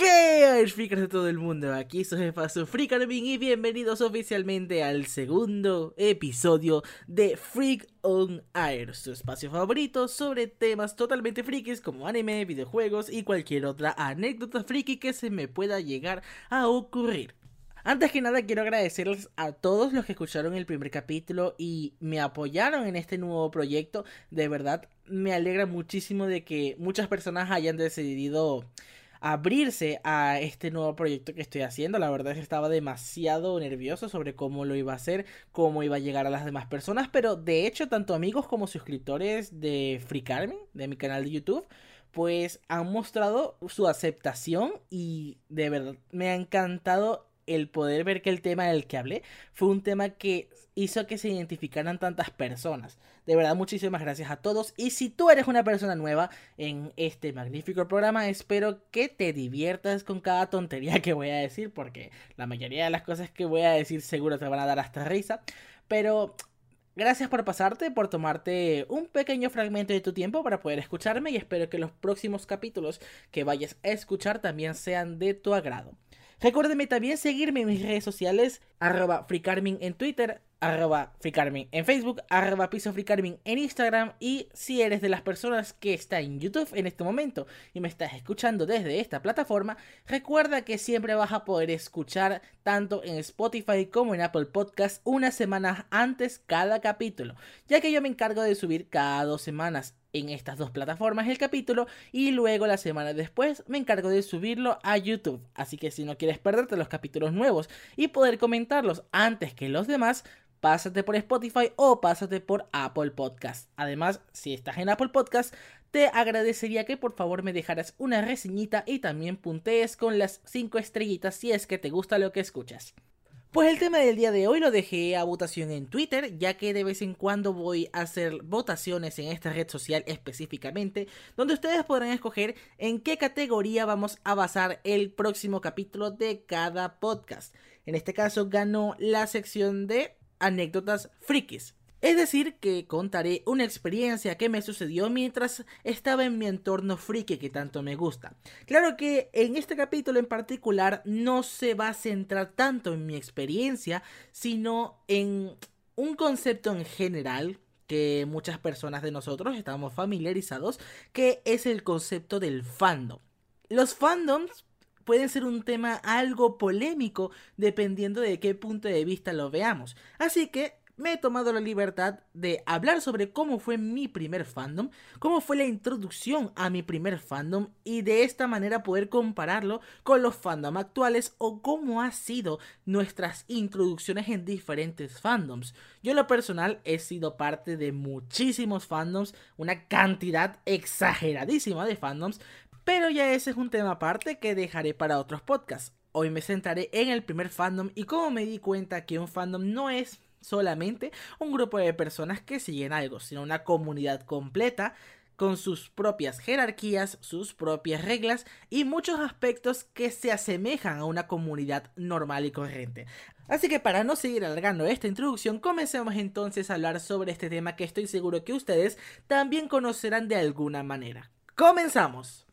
¿Qué es, freakers de todo el mundo? Aquí soy Jefazo Freakarmin y bienvenidos oficialmente al segundo episodio de Freak on Air, su espacio favorito sobre temas totalmente frikis como anime, videojuegos y cualquier otra anécdota friki que se me pueda llegar a ocurrir. Antes que nada quiero agradecerles a todos los que escucharon el primer capítulo y me apoyaron en este nuevo proyecto. De verdad me alegra muchísimo de que muchas personas hayan decidido abrirse a este nuevo proyecto que estoy haciendo. La verdad es que estaba demasiado nervioso sobre cómo lo iba a hacer, cómo iba a llegar a las demás personas, pero de hecho tanto amigos como suscriptores de Freakarmin, de mi canal de YouTube, pues han mostrado su aceptación y de verdad me ha encantado el poder ver que el tema del que hablé fue un tema que hizo que se identificaran tantas personas. De verdad, muchísimas gracias a todos. Y si tú eres una persona nueva en este magnífico programa, espero que te diviertas con cada tontería que voy a decir, porque la mayoría de las cosas que voy a decir seguro te van a dar hasta risa. Pero gracias por pasarte, por tomarte un pequeño fragmento de tu tiempo para poder escucharme, y espero que los próximos capítulos que vayas a escuchar también sean de tu agrado. Recuérdeme también seguirme en mis redes sociales, @freakarmin en Twitter, @freakarmin en Facebook, @pisofreakarmin en Instagram. Y si eres de las personas que está en YouTube en este momento y me estás escuchando desde esta plataforma, recuerda que siempre vas a poder escuchar tanto en Spotify como en Apple Podcast una semana antes cada capítulo, ya que yo me encargo de subir cada 2 semanas en estas dos plataformas el capítulo y luego la semana después me encargo de subirlo a YouTube. Así que si no quieres perderte los capítulos nuevos y poder comentarlos antes que los demás, pásate por Spotify o pásate por Apple Podcast. Además, si estás en Apple Podcast, te agradecería que por favor me dejaras una reseñita y también puntees con las 5 estrellitas si es que te gusta lo que escuchas. Pues el tema del día de hoy lo dejé a votación en Twitter, ya que de vez en cuando voy a hacer votaciones en esta red social específicamente, donde ustedes podrán escoger en qué categoría vamos a basar el próximo capítulo de cada podcast. En este caso ganó la sección de anécdotas frikis. Es decir, que contaré una experiencia que me sucedió mientras estaba en mi entorno friki que tanto me gusta. Claro que en este capítulo en particular no se va a centrar tanto en mi experiencia, sino en un concepto en general que muchas personas de nosotros estamos familiarizados, que es el concepto del fandom. Los fandoms pueden ser un tema algo polémico dependiendo de qué punto de vista lo veamos. Así que me he tomado la libertad de hablar sobre cómo fue mi primer fandom, cómo fue la introducción a mi primer fandom, y de esta manera poder compararlo con los fandom actuales o cómo ha sido nuestras introducciones en diferentes fandoms. Yo en lo personal he sido parte de muchísimos fandoms, una cantidad exageradísima de fandoms, pero ya ese es un tema aparte que dejaré para otros podcasts. Hoy me centraré en el primer fandom y cómo me di cuenta que un fandom no es solamente un grupo de personas que siguen algo, sino una comunidad completa con sus propias jerarquías, sus propias reglas y muchos aspectos que se asemejan a una comunidad normal y corriente. Así que para no seguir alargando esta introducción, comencemos entonces a hablar sobre este tema que estoy seguro que ustedes también conocerán de alguna manera. ¡Comenzamos!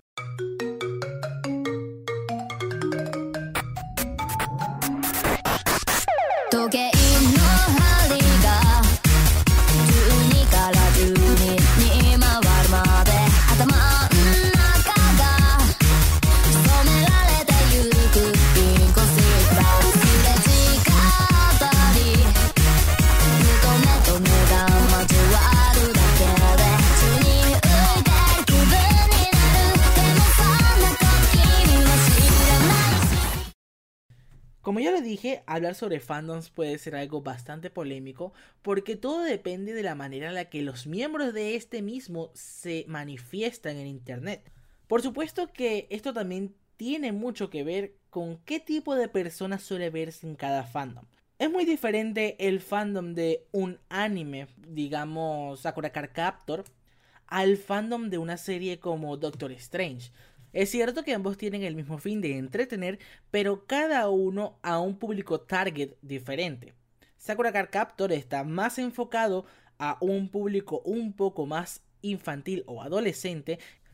Como ya lo dije, hablar sobre fandoms puede ser algo bastante polémico porque todo depende de la manera en la que los miembros de este mismo se manifiestan en internet. Por supuesto que esto también tiene mucho que ver con qué tipo de personas suele verse en cada fandom. Es muy diferente el fandom de un anime, digamos Sakura Card Captor, al fandom de una serie como Doctor Strange. Es cierto que ambos tienen el mismo fin de entretener, pero cada uno a un público target diferente. Sakura Card Captor está más enfocado a un público un poco más infantil o adolescente,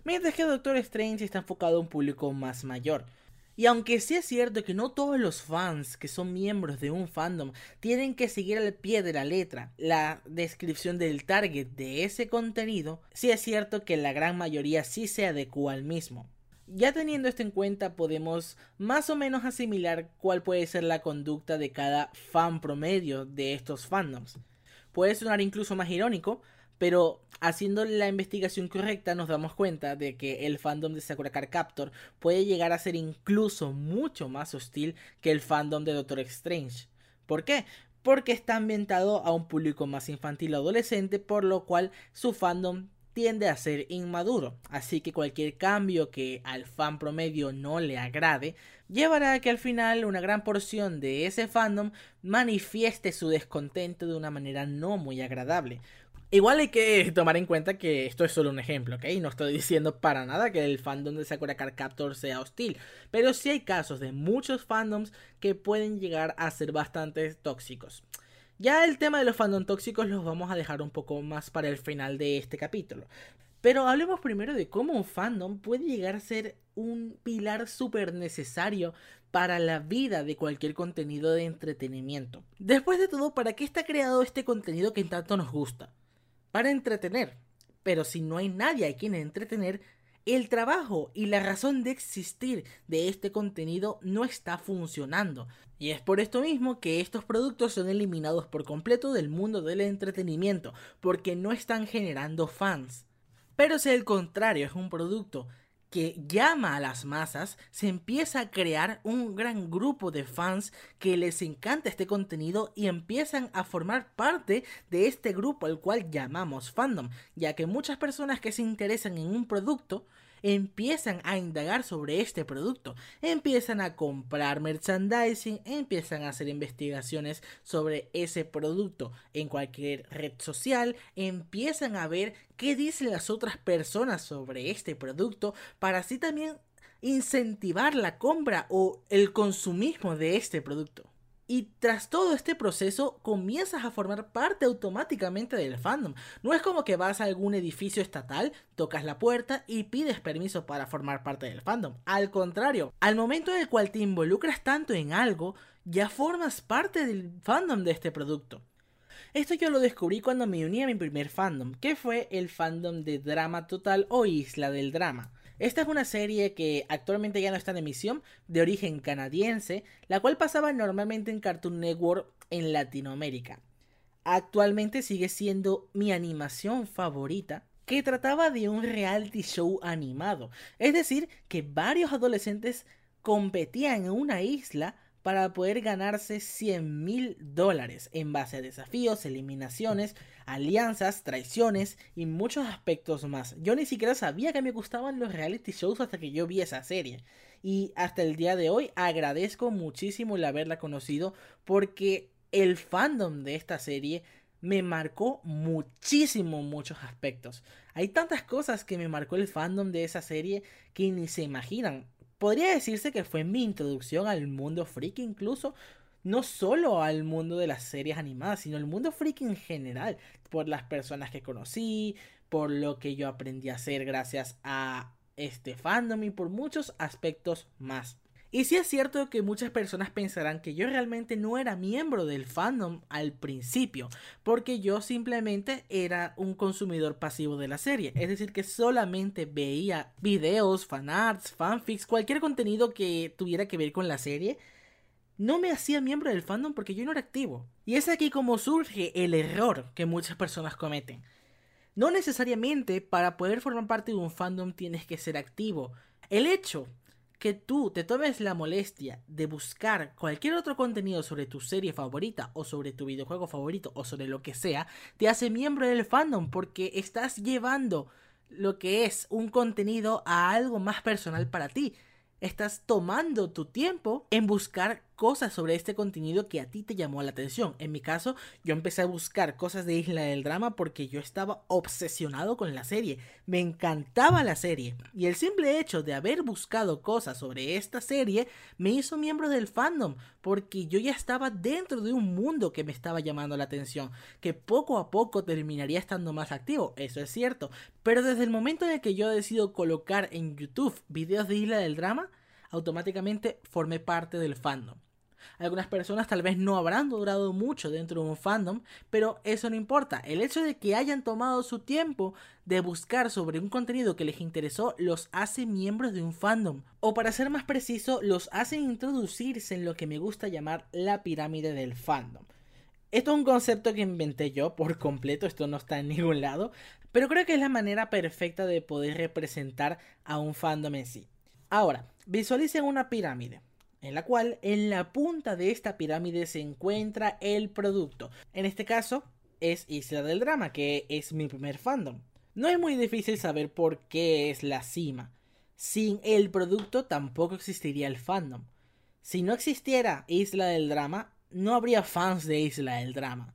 mientras que Doctor Strange está enfocado a un público más mayor. Y aunque sí es cierto que no todos los fans que son miembros de un fandom tienen que seguir al pie de la letra la descripción del target de ese contenido, sí es cierto que la gran mayoría sí se adecua al mismo. Ya teniendo esto en cuenta, podemos más o menos asimilar cuál puede ser la conducta de cada fan promedio de estos fandoms. Puede sonar incluso más irónico, pero haciendo la investigación correcta nos damos cuenta de que el fandom de Sakura Card Captor puede llegar a ser incluso mucho más hostil que el fandom de Doctor Strange. ¿Por qué? Porque está ambientado a un público más infantil o adolescente, por lo cual su fandom tiende a ser inmaduro, así que cualquier cambio que al fan promedio no le agrade llevará a que al final una gran porción de ese fandom manifieste su descontento de una manera no muy agradable. Igual hay que tomar en cuenta que esto es solo un ejemplo, ¿ok? No estoy diciendo para nada que el fandom de Sakura Card Captor sea hostil, pero sí hay casos de muchos fandoms que pueden llegar a ser bastante tóxicos. Ya el tema de los fandom tóxicos los vamos a dejar un poco más para el final de este capítulo. Pero hablemos primero de cómo un fandom puede llegar a ser un pilar súper necesario para la vida de cualquier contenido de entretenimiento. Después de todo, ¿para qué está creado este contenido que tanto nos gusta? Para entretener. Pero si no hay nadie a quien entretener, el trabajo y la razón de existir de este contenido no está funcionando. Y es por esto mismo que estos productos son eliminados por completo del mundo del entretenimiento, porque no están generando fans. Pero si al contrario es un producto que llama a las masas, se empieza a crear un gran grupo de fans que les encanta este contenido y empiezan a formar parte de este grupo al cual llamamos fandom, ya que muchas personas que se interesan en un producto empiezan a indagar sobre este producto, empiezan a comprar merchandising, empiezan a hacer investigaciones sobre ese producto en cualquier red social, empiezan a ver qué dicen las otras personas sobre este producto para así también incentivar la compra o el consumismo de este producto. Y tras todo este proceso comienzas a formar parte automáticamente del fandom. No es como que vas a algún edificio estatal, tocas la puerta y pides permiso para formar parte del fandom. Al contrario, al momento en el cual te involucras tanto en algo, ya formas parte del fandom de este producto. Esto yo lo descubrí cuando me uní a mi primer fandom, que fue el fandom de Drama Total o Isla del Drama. Esta es una serie que actualmente ya no está en emisión, de origen canadiense, la cual pasaba normalmente en Cartoon Network en Latinoamérica. Actualmente sigue siendo mi animación favorita, que trataba de un reality show animado, es decir, que varios adolescentes competían en una isla para poder ganarse $100,000 en base a desafíos, eliminaciones, alianzas, traiciones y muchos aspectos más. Yo ni siquiera sabía que me gustaban los reality shows hasta que yo vi esa serie. Y hasta el día de hoy agradezco muchísimo el haberla conocido porque el fandom de esta serie me marcó muchísimo muchos aspectos. Hay tantas cosas que me marcó el fandom de esa serie que ni se imaginan. Podría decirse que fue mi introducción al mundo freak, incluso no solo al mundo de las series animadas, sino al mundo freak en general, por las personas que conocí, por lo que yo aprendí a hacer gracias a este fandom y por muchos aspectos más. Y sí es cierto que muchas personas pensarán que yo realmente no era miembro del fandom al principio, porque yo simplemente era un consumidor pasivo de la serie, es decir que solamente veía videos, fanarts, fanfics, cualquier contenido que tuviera que ver con la serie. No me hacía miembro del fandom porque yo no era activo. Y es aquí como surge el error que muchas personas cometen. No necesariamente para poder formar parte de un fandom tienes que ser activo. El hecho que tú te tomes la molestia de buscar cualquier otro contenido sobre tu serie favorita o sobre tu videojuego favorito o sobre lo que sea, te hace miembro del fandom porque estás llevando lo que es un contenido a algo más personal para ti. Estás tomando tu tiempo en buscar cosas sobre este contenido que a ti te llamó la atención. En mi caso, yo empecé a buscar cosas de Isla del Drama porque yo estaba obsesionado con la serie. Me encantaba la serie. Y el simple hecho de haber buscado cosas sobre esta serie me hizo miembro del fandom, porque yo ya estaba dentro de un mundo que me estaba llamando la atención, que poco a poco terminaría estando más activo, eso es cierto. Pero desde el momento en el que yo decido colocar en YouTube videos de Isla del Drama, automáticamente formé parte del fandom. Algunas personas tal vez no habrán durado mucho dentro de un fandom, pero eso no importa. El hecho de que hayan tomado su tiempo de buscar sobre un contenido que les interesó los hace miembros de un fandom. O para ser más preciso, los hace introducirse en lo que me gusta llamar la pirámide del fandom. Esto es un concepto que inventé yo por completo, esto no está en ningún lado, pero creo que es la manera perfecta de poder representar a un fandom en sí. Ahora, visualicen una pirámide, en la cual en la punta de esta pirámide se encuentra el producto. En este caso es Isla del Drama, que es mi primer fandom. No es muy difícil saber por qué es la cima. Sin el producto tampoco existiría el fandom. Si no existiera Isla del Drama, no habría fans de Isla del Drama.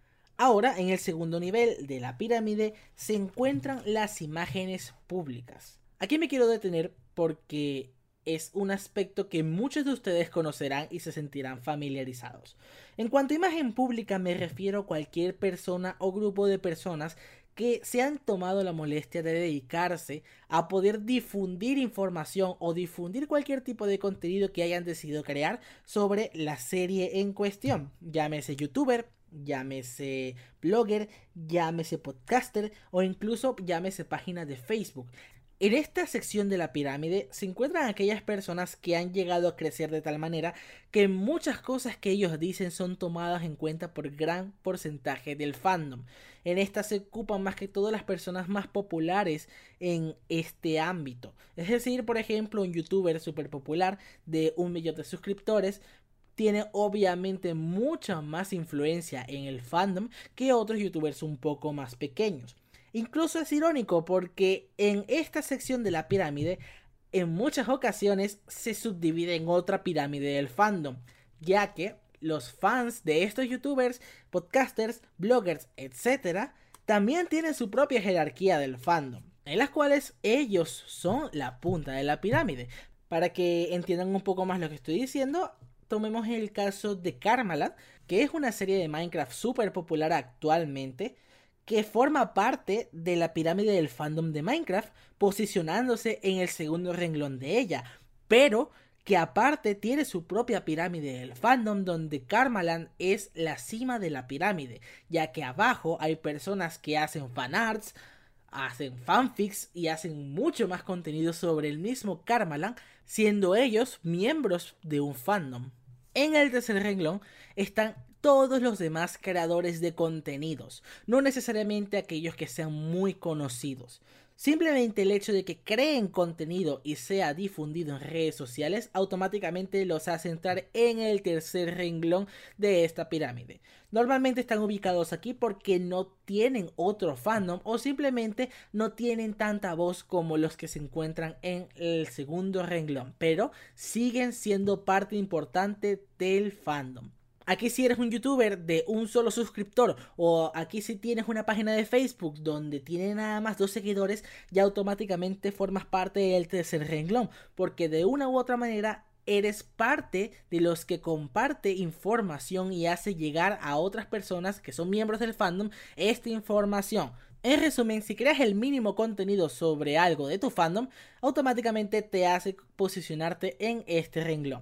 Ahora, en el segundo nivel de la pirámide se encuentran las imágenes públicas. Aquí me quiero detener porque es un aspecto que muchos de ustedes conocerán y se sentirán familiarizados. En cuanto a imagen pública me refiero a cualquier persona o grupo de personas que se han tomado la molestia de dedicarse a poder difundir información o difundir cualquier tipo de contenido que hayan decidido crear sobre la serie en cuestión. Llámese youtuber, llámese blogger, llámese podcaster o incluso llámese página de Facebook. En esta sección de la pirámide se encuentran aquellas personas que han llegado a crecer de tal manera que muchas cosas que ellos dicen son tomadas en cuenta por gran porcentaje del fandom. En esta se ocupan más que todo las personas más populares en este ámbito. Es decir, por ejemplo, un youtuber súper popular de 1 millón de suscriptores tiene obviamente mucha más influencia en el fandom que otros youtubers un poco más pequeños. Incluso es irónico porque en esta sección de la pirámide en muchas ocasiones se subdivide en otra pirámide del fandom, ya que los fans de estos youtubers, podcasters, bloggers, etc. también tienen su propia jerarquía del fandom, en las cuales ellos son la punta de la pirámide. Para que entiendan un poco más lo que estoy diciendo, tomemos el caso de Karmaland, que es una serie de Minecraft súper popular actualmente, que forma parte de la pirámide del fandom de Minecraft, posicionándose en el segundo renglón de ella, pero que aparte tiene su propia pirámide del fandom, donde Karmaland es la cima de la pirámide, ya que abajo hay personas que hacen fanarts, hacen fanfics y hacen mucho más contenido sobre el mismo Karmaland, siendo ellos miembros de un fandom. En el tercer renglón están todos los demás creadores de contenidos, no necesariamente aquellos que sean muy conocidos. Simplemente el hecho de que creen contenido y sea difundido en redes sociales automáticamente los hace entrar en el tercer renglón de esta pirámide. Normalmente están ubicados aquí porque no tienen otro fandom o simplemente no tienen tanta voz como los que se encuentran en el segundo renglón, pero siguen siendo parte importante del fandom. Aquí si eres un youtuber de un solo suscriptor o aquí si tienes una página de Facebook donde tiene nada más 2 seguidores, ya automáticamente formas parte del tercer renglón, porque de una u otra manera eres parte de los que comparte información y hace llegar a otras personas que son miembros del fandom esta información. En resumen, si creas el mínimo contenido sobre algo de tu fandom, automáticamente te hace posicionarte en este renglón.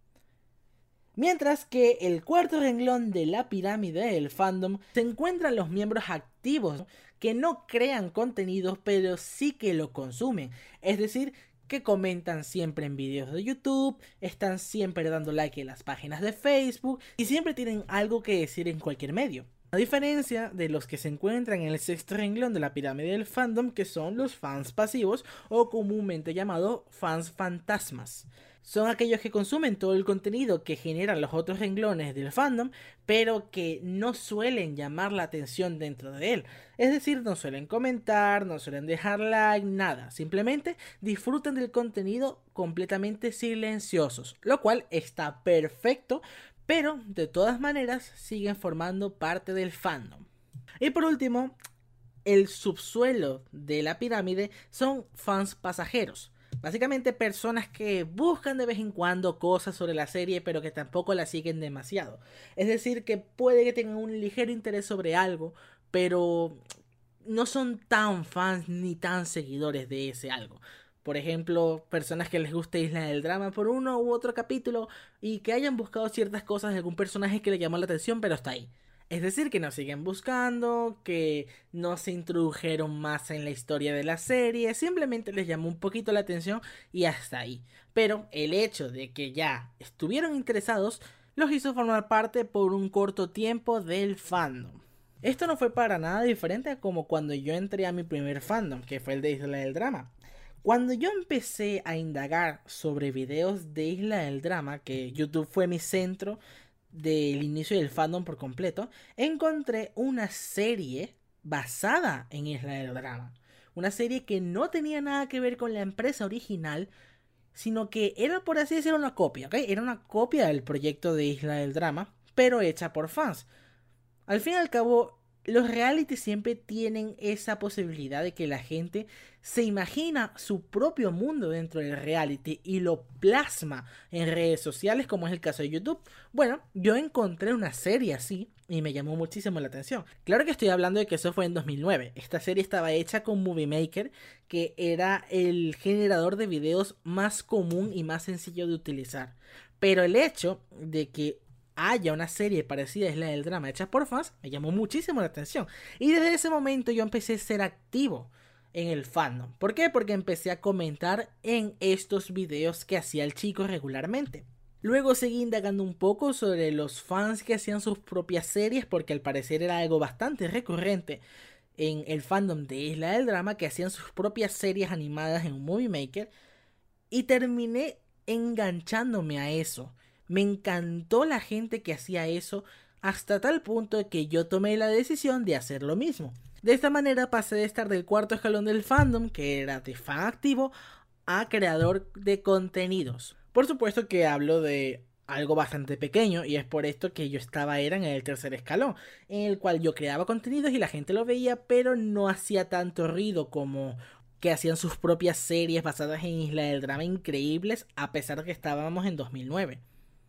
Mientras que el cuarto renglón de la pirámide del fandom se encuentran los miembros activos que no crean contenidos pero sí que lo consumen, es decir, que comentan siempre en vídeos de YouTube, están siempre dando like en las páginas de Facebook y siempre tienen algo que decir en cualquier medio. A diferencia de los que se encuentran en el sexto renglón de la pirámide del fandom, que son los fans pasivos o comúnmente llamados fans fantasmas. Son aquellos que consumen todo el contenido que generan los otros renglones del fandom, pero que no suelen llamar la atención dentro de él. Es decir, no suelen comentar, no suelen dejar like, nada. Simplemente disfrutan del contenido completamente silenciosos, lo cual está perfecto, pero de todas maneras siguen formando parte del fandom. Y por último, el subsuelo de la pirámide son fans pasajeros. Básicamente personas que buscan de vez en cuando cosas sobre la serie, pero que tampoco la siguen demasiado. Es decir, que puede que tengan un ligero interés sobre algo, pero no son tan fans ni tan seguidores de ese algo. Por ejemplo, personas que les guste Isla del Drama por uno u otro capítulo y que hayan buscado ciertas cosas de algún personaje que les llamó la atención, pero está ahí. Es decir, que no siguen buscando, que no se introdujeron más en la historia de la serie, simplemente les llamó un poquito la atención y hasta ahí. Pero el hecho de que ya estuvieron interesados los hizo formar parte por un corto tiempo del fandom. Esto no fue para nada diferente a como cuando yo entré a mi primer fandom, que fue el de Isla del Drama. Cuando yo empecé a indagar sobre videos de Isla del Drama, que YouTube fue mi centro del inicio del fandom por completo, encontré una serie basada en Isla del Drama. Una serie que no tenía nada que ver con la empresa original, sino que era, por así decirlo, una copia, ¿ok? Era una copia del proyecto de Isla del Drama, pero hecha por fans. Al fin y al cabo, los reality siempre tienen esa posibilidad de que la gente se imagina su propio mundo dentro del reality y lo plasma en redes sociales, como es el caso de YouTube. Bueno, yo encontré una serie así y me llamó muchísimo la atención. Claro que estoy hablando de que eso fue en 2009. Esta serie estaba hecha con Movie Maker, que era el generador de videos más común y más sencillo de utilizar. Pero el hecho de que haya una serie parecida a Isla del Drama hecha por fans me llamó muchísimo la atención. Y desde ese momento yo empecé a ser activo en el fandom. ¿Por qué? Porque empecé a comentar en estos videos que hacía el chico regularmente. Luego seguí indagando un poco sobre los fans que hacían sus propias series, porque al parecer era algo bastante recurrente en el fandom de Isla del Drama, que hacían sus propias series animadas en un Movie Maker, y terminé enganchándome a eso. Me encantó la gente que hacía eso, hasta tal punto de que yo tomé la decisión de hacer lo mismo. De esta manera pasé de estar del cuarto escalón del fandom, que era de fan activo, a creador de contenidos. Por supuesto que hablo de algo bastante pequeño, y es por esto que yo era en el tercer escalón, en el cual yo creaba contenidos y la gente lo veía, pero no hacía tanto ruido como que hacían sus propias series basadas en Isla del Drama increíbles, a pesar de que estábamos en 2009.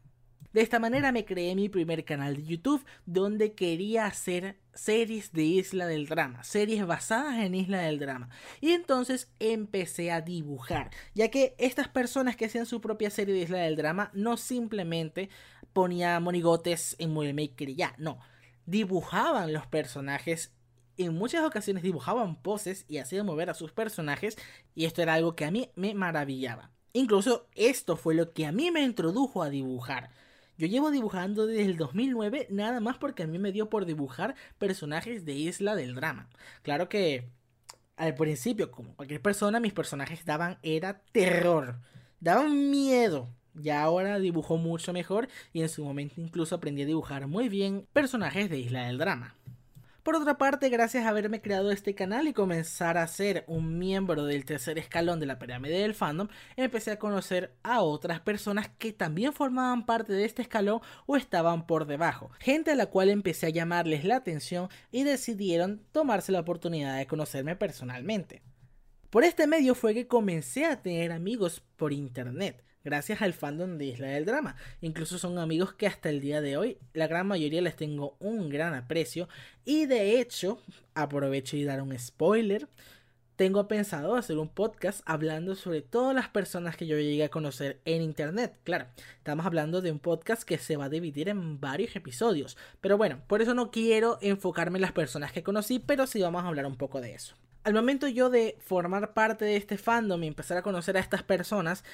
De esta manera me creé mi primer canal de YouTube, donde quería hacer series de Isla del Drama, series basadas en Isla del Drama. Y entonces empecé a dibujar, ya que estas personas que hacían su propia serie de Isla del Drama no simplemente ponían monigotes en Movie Maker y ya, no, dibujaban los personajes. En muchas ocasiones dibujaban poses y hacían mover a sus personajes, y esto era algo que a mí me maravillaba. Incluso esto fue lo que a mí me introdujo a dibujar. Yo llevo dibujando desde el 2009 nada más porque a mí me dio por dibujar personajes de Isla del Drama. Claro que al principio, como cualquier persona, mis personajes era terror, daban miedo. Ya ahora dibujo mucho mejor y en su momento incluso aprendí a dibujar muy bien personajes de Isla del Drama. Por otra parte, gracias a haberme creado este canal y comenzar a ser un miembro del tercer escalón de la pirámide del fandom, empecé a conocer a otras personas que también formaban parte de este escalón o estaban por debajo. Gente a la cual empecé a llamarles la atención y decidieron tomarse la oportunidad de conocerme personalmente. Por este medio fue que comencé a tener amigos por internet, gracias al fandom de Isla del Drama. Incluso son amigos que hasta el día de hoy, la gran mayoría les tengo un gran aprecio. Y de hecho, aprovecho y dar un spoiler, tengo pensado hacer un podcast hablando sobre todas las personas que yo llegué a conocer en internet. Claro, estamos hablando de un podcast que se va a dividir en varios episodios. Pero bueno, por eso no quiero enfocarme en las personas que conocí, pero sí vamos a hablar un poco de eso. Al momento yo de formar parte de este fandom y empezar a conocer a estas personas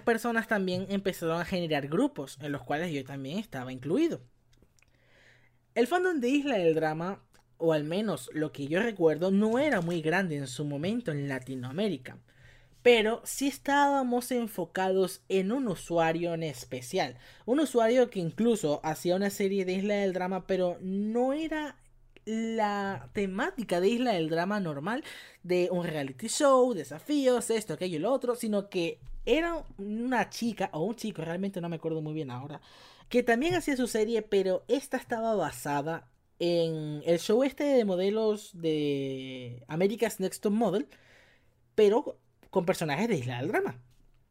también empezaron a generar grupos en los cuales yo también estaba incluido. El fandom de Isla del Drama, o al menos lo que yo recuerdo, no era muy grande en su momento en Latinoamérica. Pero sí estábamos enfocados en un usuario en especial. Un usuario que incluso hacía una serie de Isla del Drama, pero no era la temática de Isla del Drama normal, de un reality show, desafíos, esto, aquello y lo otro, sino que era una chica o un chico, realmente no me acuerdo muy bien ahora, que también hacía su serie, pero esta estaba basada en el show este de modelos de America's Next Top Model, pero con personajes de Isla del Drama.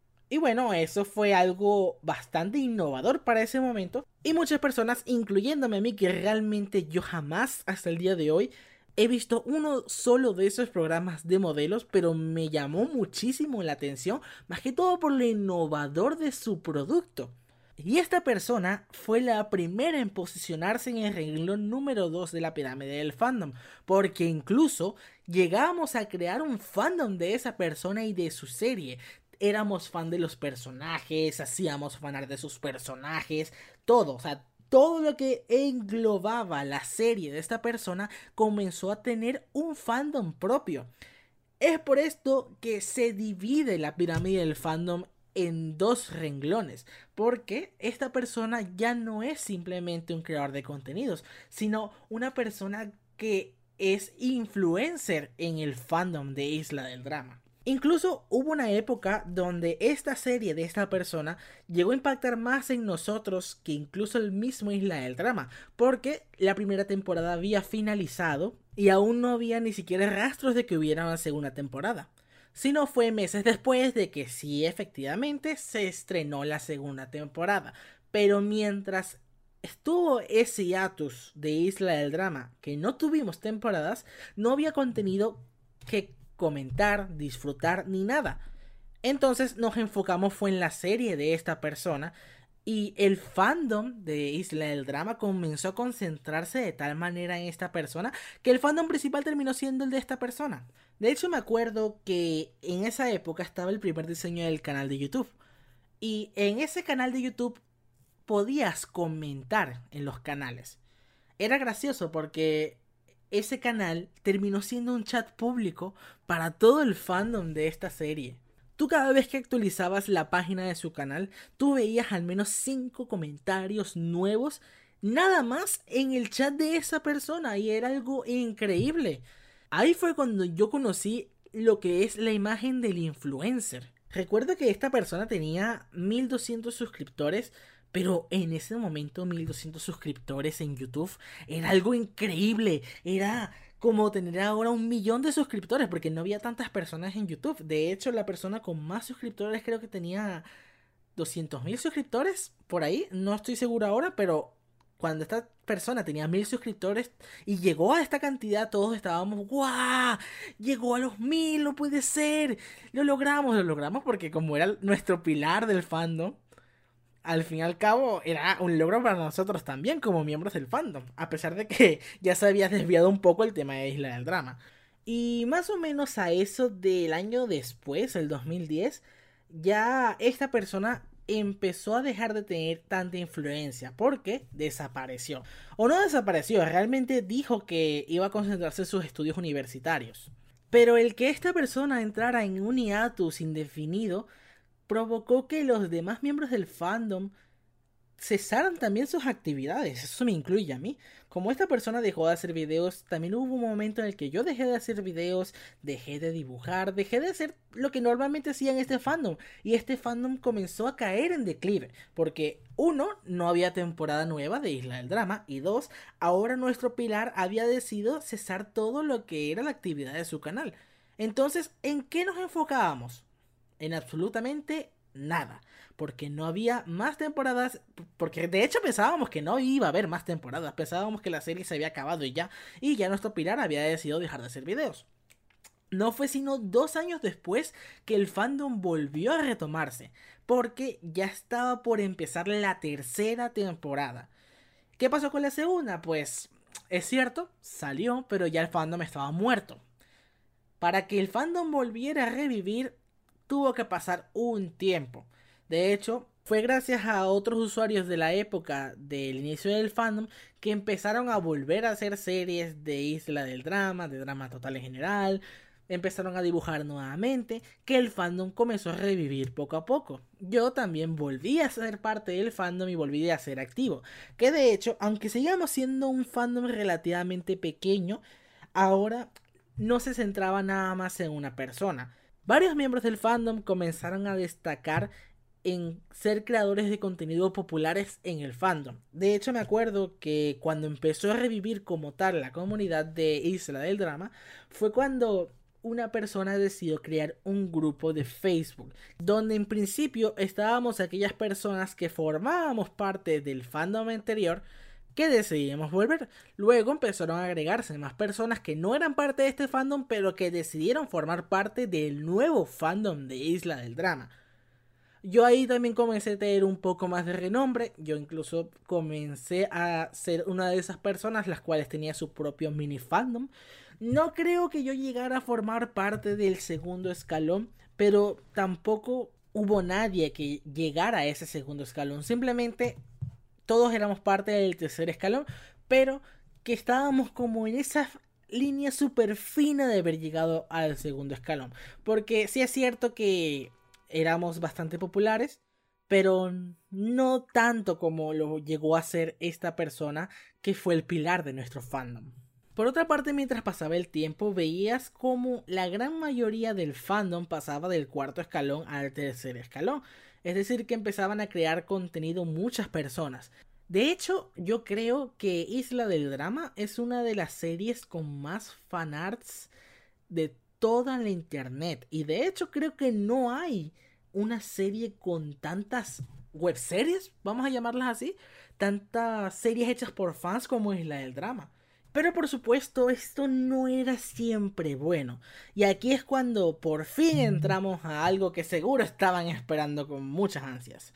Y bueno, eso fue algo bastante innovador para ese momento. Y muchas personas, incluyéndome a mí, que realmente yo jamás hasta el día de hoy he visto uno solo de esos programas de modelos, pero me llamó muchísimo la atención, más que todo por lo innovador de su producto. Y esta persona fue la primera en posicionarse en el renglón número 2 de la pirámide del fandom, porque incluso llegamos a crear un fandom de esa persona y de su serie. Éramos fan de los personajes, hacíamos fanar de sus personajes, todo, o sea, todo lo que englobaba la serie de esta persona comenzó a tener un fandom propio. Es por esto que se divide la pirámide del fandom en dos renglones, porque esta persona ya no es simplemente un creador de contenidos, sino una persona que es influencer en el fandom de Isla del Drama. Incluso hubo una época donde esta serie de esta persona llegó a impactar más en nosotros que incluso el mismo Isla del Drama, porque la primera temporada había finalizado y aún no había ni siquiera rastros de que hubiera una segunda temporada. Sino fue meses después de que sí, efectivamente se estrenó la segunda temporada. Pero mientras estuvo ese hiatus de Isla del Drama, que no tuvimos temporadas, no había contenido que comentar, disfrutar ni nada. Entonces nos enfocamos fue en la serie de esta persona y el fandom de Isla del Drama comenzó a concentrarse de tal manera en esta persona que el fandom principal terminó siendo el de esta persona. De hecho me acuerdo que en esa época estaba el primer diseño del canal de YouTube y en ese canal de YouTube podías comentar en los canales. Era gracioso porque ese canal terminó siendo un chat público para todo el fandom de esta serie. Tú cada vez que actualizabas la página de su canal, tú veías al menos 5 comentarios nuevos, nada más en el chat de esa persona, y era algo increíble. Ahí fue cuando yo conocí lo que es la imagen del influencer. Recuerdo que esta persona tenía 1200 suscriptores, pero en ese momento 1200 suscriptores en YouTube era algo increíble. Era como tener ahora 1 millón de suscriptores, porque no había tantas personas en YouTube. De hecho, la persona con más suscriptores creo que tenía 200.000 suscriptores por ahí. No estoy seguro ahora, pero cuando esta persona tenía 1000 suscriptores y llegó a esta cantidad, todos estábamos, ¡guau! Llegó a los 1000, no puede ser. Lo logramos porque como era nuestro pilar del fandom, al fin y al cabo era un logro para nosotros también como miembros del fandom, a pesar de que ya se había desviado un poco el tema de Isla del Drama. Y más o menos a eso del año después, el 2010, ya esta persona empezó a dejar de tener tanta influencia porque desapareció. O no desapareció, realmente dijo que iba a concentrarse en sus estudios universitarios. Pero el que esta persona entrara en un hiatus indefinido provocó que los demás miembros del fandom cesaran también sus actividades. Eso me incluye a mí. Como esta persona dejó de hacer videos, también hubo un momento en el que yo dejé de hacer videos, dejé de dibujar, dejé de hacer lo que normalmente hacía en este fandom. Y este fandom comenzó a caer en declive. Porque uno, no había temporada nueva de Isla del Drama. Y dos, ahora nuestro pilar había decidido cesar todo lo que era la actividad de su canal. Entonces, ¿en qué nos enfocábamos? En absolutamente nada, porque no había más temporadas, porque de hecho pensábamos que no iba a haber más temporadas, pensábamos que la serie se había acabado y ya nuestro pilar había decidido dejar de hacer videos. No fue sino 2 años después que el fandom volvió a retomarse, porque ya estaba por empezar la tercera temporada. ¿Qué pasó con la segunda? Pues es cierto, salió, pero ya el fandom estaba muerto. Para que el fandom volviera a revivir, tuvo que pasar un tiempo. De hecho, Fue gracias a otros usuarios de la época del inicio del fandom que empezaron a volver a hacer series de Isla del Drama, de drama total en general. Empezaron a dibujar nuevamente, que el fandom comenzó a revivir poco a poco. Yo también volví a ser parte del fandom y volví a ser activo. Que de hecho, aunque sigamos siendo un fandom relativamente pequeño, ahora no se centraba nada más en una persona. Varios miembros del fandom comenzaron a destacar en ser creadores de contenido populares en el fandom. De hecho, me acuerdo que cuando empezó a revivir como tal la comunidad de Isla del Drama, fue cuando una persona decidió crear un grupo de Facebook, donde en principio estábamos aquellas personas que formábamos parte del fandom anterior, que decidimos volver. Luego empezaron a agregarse más personas que no eran parte de este fandom, pero que decidieron formar parte del nuevo fandom de Isla del Drama. Yo ahí también comencé a tener un poco más de renombre. Yo incluso comencé a ser una de esas personas las cuales tenía su propio mini fandom. No creo que yo llegara a formar parte del segundo escalón, pero tampoco hubo nadie que llegara a ese segundo escalón. Simplemente todos éramos parte del tercer escalón, pero que estábamos como en esa línea súper fina de haber llegado al segundo escalón. Porque sí es cierto que éramos bastante populares, pero no tanto como lo llegó a ser esta persona que fue el pilar de nuestro fandom. Por otra parte, mientras pasaba el tiempo, veías como la gran mayoría del fandom pasaba del cuarto escalón al tercer escalón. Es decir, que empezaban a crear contenido muchas personas. De hecho, yo creo que Isla del Drama es una de las series con más fanarts de toda la internet. Y de hecho creo que no hay una serie con tantas webseries, vamos a llamarlas así, tantas series hechas por fans como Isla del Drama. Pero por supuesto esto no era siempre bueno. Y aquí es cuando por fin entramos a algo que seguro estaban esperando con muchas ansias.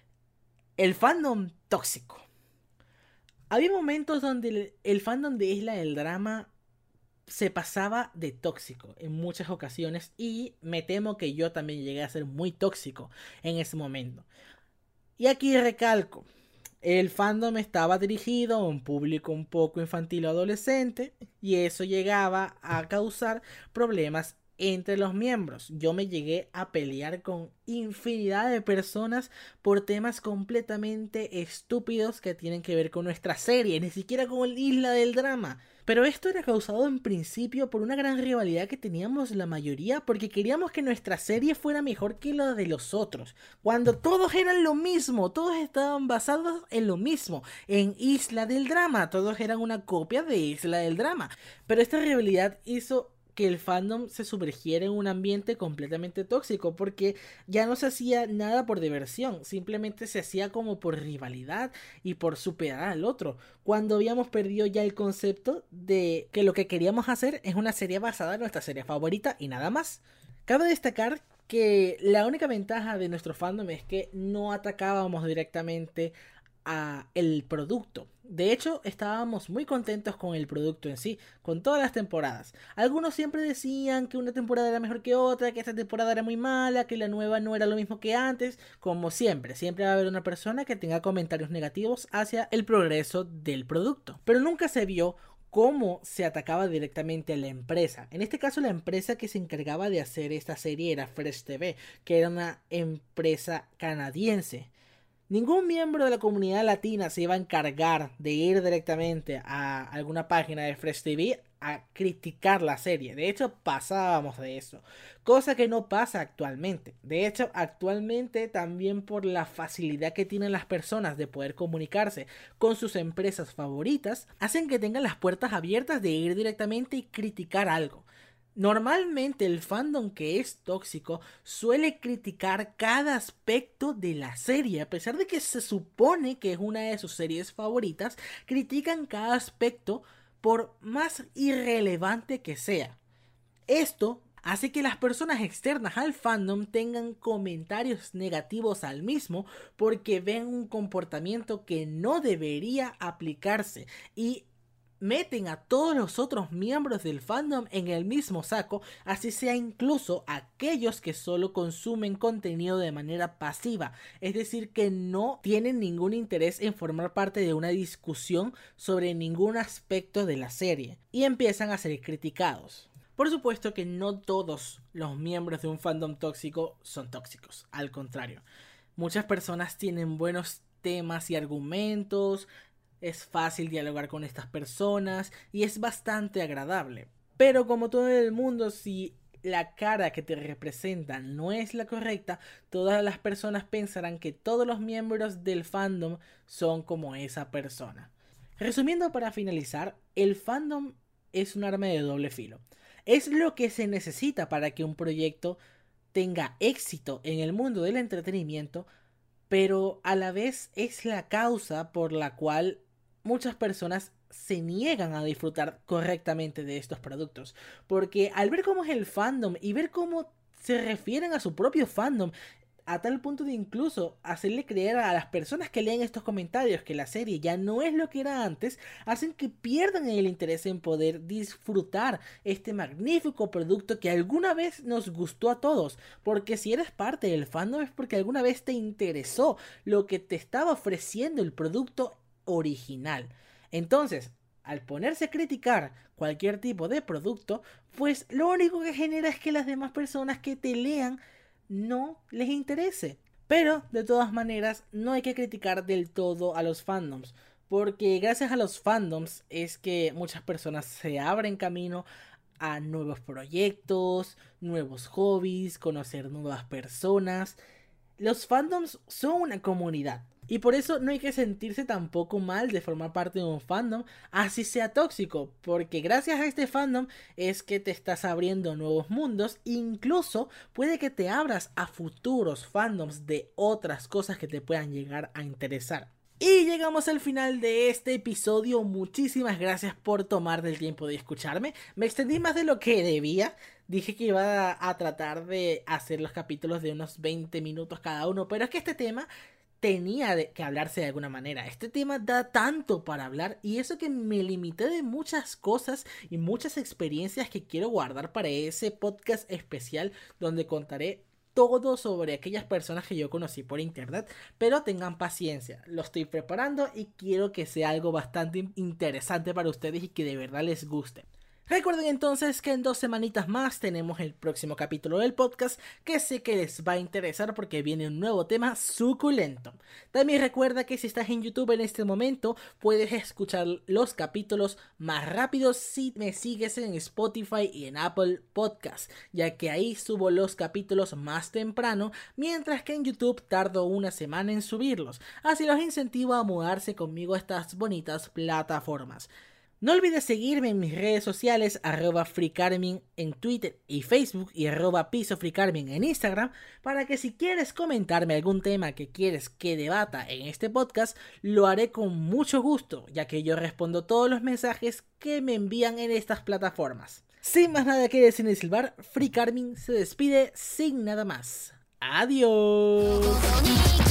El fandom tóxico. Había momentos donde el fandom de Isla del Drama se pasaba de tóxico en muchas ocasiones y me temo que yo también llegué a ser muy tóxico en ese momento. Y aquí recalco, el fandom estaba dirigido a un público un poco infantil o adolescente y eso llegaba a causar problemas entre los miembros. Yo me llegué a pelear con infinidad de personas por temas completamente estúpidos que tienen que ver con nuestra serie, ni siquiera con el Isla del Drama. Pero esto era causado en principio por una gran rivalidad que teníamos la mayoría porque queríamos que nuestra serie fuera mejor que la de los otros. Cuando todos eran lo mismo, todos estaban basados en lo mismo, en Isla del Drama, todos eran una copia de Isla del Drama. Pero esta rivalidad hizo que el fandom se sumergiera en un ambiente completamente tóxico porque ya no se hacía nada por diversión, simplemente se hacía como por rivalidad y por superar al otro, cuando habíamos perdido ya el concepto de que lo que queríamos hacer es una serie basada en nuestra serie favorita y nada más. Cabe destacar que la única ventaja de nuestro fandom es que no atacábamos directamente a el producto. De hecho, estábamos muy contentos con el producto en sí, con todas las temporadas. Algunos siempre decían que una temporada era mejor que otra, que esta temporada era muy mala, que la nueva no era lo mismo que antes. Como siempre, siempre va a haber una persona que tenga comentarios negativos hacia el progreso del producto. Pero nunca se vio cómo se atacaba directamente a la empresa. En este caso, la empresa que se encargaba de hacer esta serie era Fresh TV, que era una empresa canadiense. Ningún miembro de la comunidad latina se iba a encargar de ir directamente a alguna página de Fresh TV a criticar la serie. De hecho, pasábamos de eso. Cosa que no pasa actualmente. De hecho, actualmente también por la facilidad que tienen las personas de poder comunicarse con sus empresas favoritas, hacen que tengan las puertas abiertas de ir directamente y criticar algo. Normalmente el fandom que es tóxico suele criticar cada aspecto de la serie, a pesar de que se supone que es una de sus series favoritas, critican cada aspecto por más irrelevante que sea. Esto hace que las personas externas al fandom tengan comentarios negativos al mismo porque ven un comportamiento que no debería aplicarse y meten a todos los otros miembros del fandom en el mismo saco, así sea incluso aquellos que solo consumen contenido de manera pasiva, es decir, que no tienen ningún interés en formar parte de una discusión sobre ningún aspecto de la serie, y empiezan a ser criticados. Por supuesto que no todos los miembros de un fandom tóxico son tóxicos, al contrario. Muchas personas tienen buenos temas y argumentos, es fácil dialogar con estas personas y es bastante agradable. Pero como todo el mundo, si la cara que te representa no es la correcta, todas las personas pensarán que todos los miembros del fandom son como esa persona. Resumiendo, para finalizar, el fandom es un arma de doble filo. Es lo que se necesita para que un proyecto tenga éxito en el mundo del entretenimiento, pero a la vez es la causa por la cual muchas personas se niegan a disfrutar correctamente de estos productos, porque al ver cómo es el fandom y ver cómo se refieren a su propio fandom, a tal punto de incluso hacerle creer a las personas que leen estos comentarios que la serie ya no es lo que era antes, hacen que pierdan el interés en poder disfrutar este magnífico producto que alguna vez nos gustó a todos. Porque si eres parte del fandom es porque alguna vez te interesó lo que te estaba ofreciendo el producto original. Entonces, al ponerse a criticar cualquier tipo de producto, pues lo único que genera es que las demás personas que te lean no les interese. Pero de todas maneras no hay que criticar del todo a los fandoms, porque gracias a los fandoms es que muchas personas se abren camino a nuevos proyectos, nuevos hobbies, conocer nuevas personas. Los fandoms son una comunidad y por eso no hay que sentirse tampoco mal de formar parte de un fandom, así sea tóxico, porque gracias a este fandom es que te estás abriendo nuevos mundos, incluso puede que te abras a futuros fandoms de otras cosas que te puedan llegar a interesar. Y llegamos al final de este episodio. Muchísimas gracias por tomar del tiempo de escucharme. Me extendí más de lo que debía. Dije que iba a tratar de hacer los capítulos de unos 20 minutos cada uno, pero es que este tema tenía que hablarse de alguna manera. Este tema da tanto para hablar, y eso que me limité de muchas cosas y muchas experiencias que quiero guardar para ese podcast especial donde contaré todo sobre aquellas personas que yo conocí por internet, pero tengan paciencia, lo estoy preparando y quiero que sea algo bastante interesante para ustedes y que de verdad les guste. Recuerden entonces que en 2 semanitas más tenemos el próximo capítulo del podcast, que sé que les va a interesar porque viene un nuevo tema suculento. También recuerda que si estás en YouTube en este momento puedes escuchar los capítulos más rápidos si me sigues en Spotify y en Apple Podcast, ya que ahí subo los capítulos más temprano, mientras que en YouTube tardo una semana en subirlos. Así los incentivo a mudarse conmigo a estas bonitas plataformas. No olvides seguirme en mis redes sociales, @freecarmin en Twitter y Facebook y @pisofreecarmin en Instagram, para que si quieres comentarme algún tema que quieres que debata en este podcast, lo haré con mucho gusto, ya que yo respondo todos los mensajes que me envían en estas plataformas. Sin más nada que decir ni silbar, Free Carmin se despide sin nada más. ¡Adiós!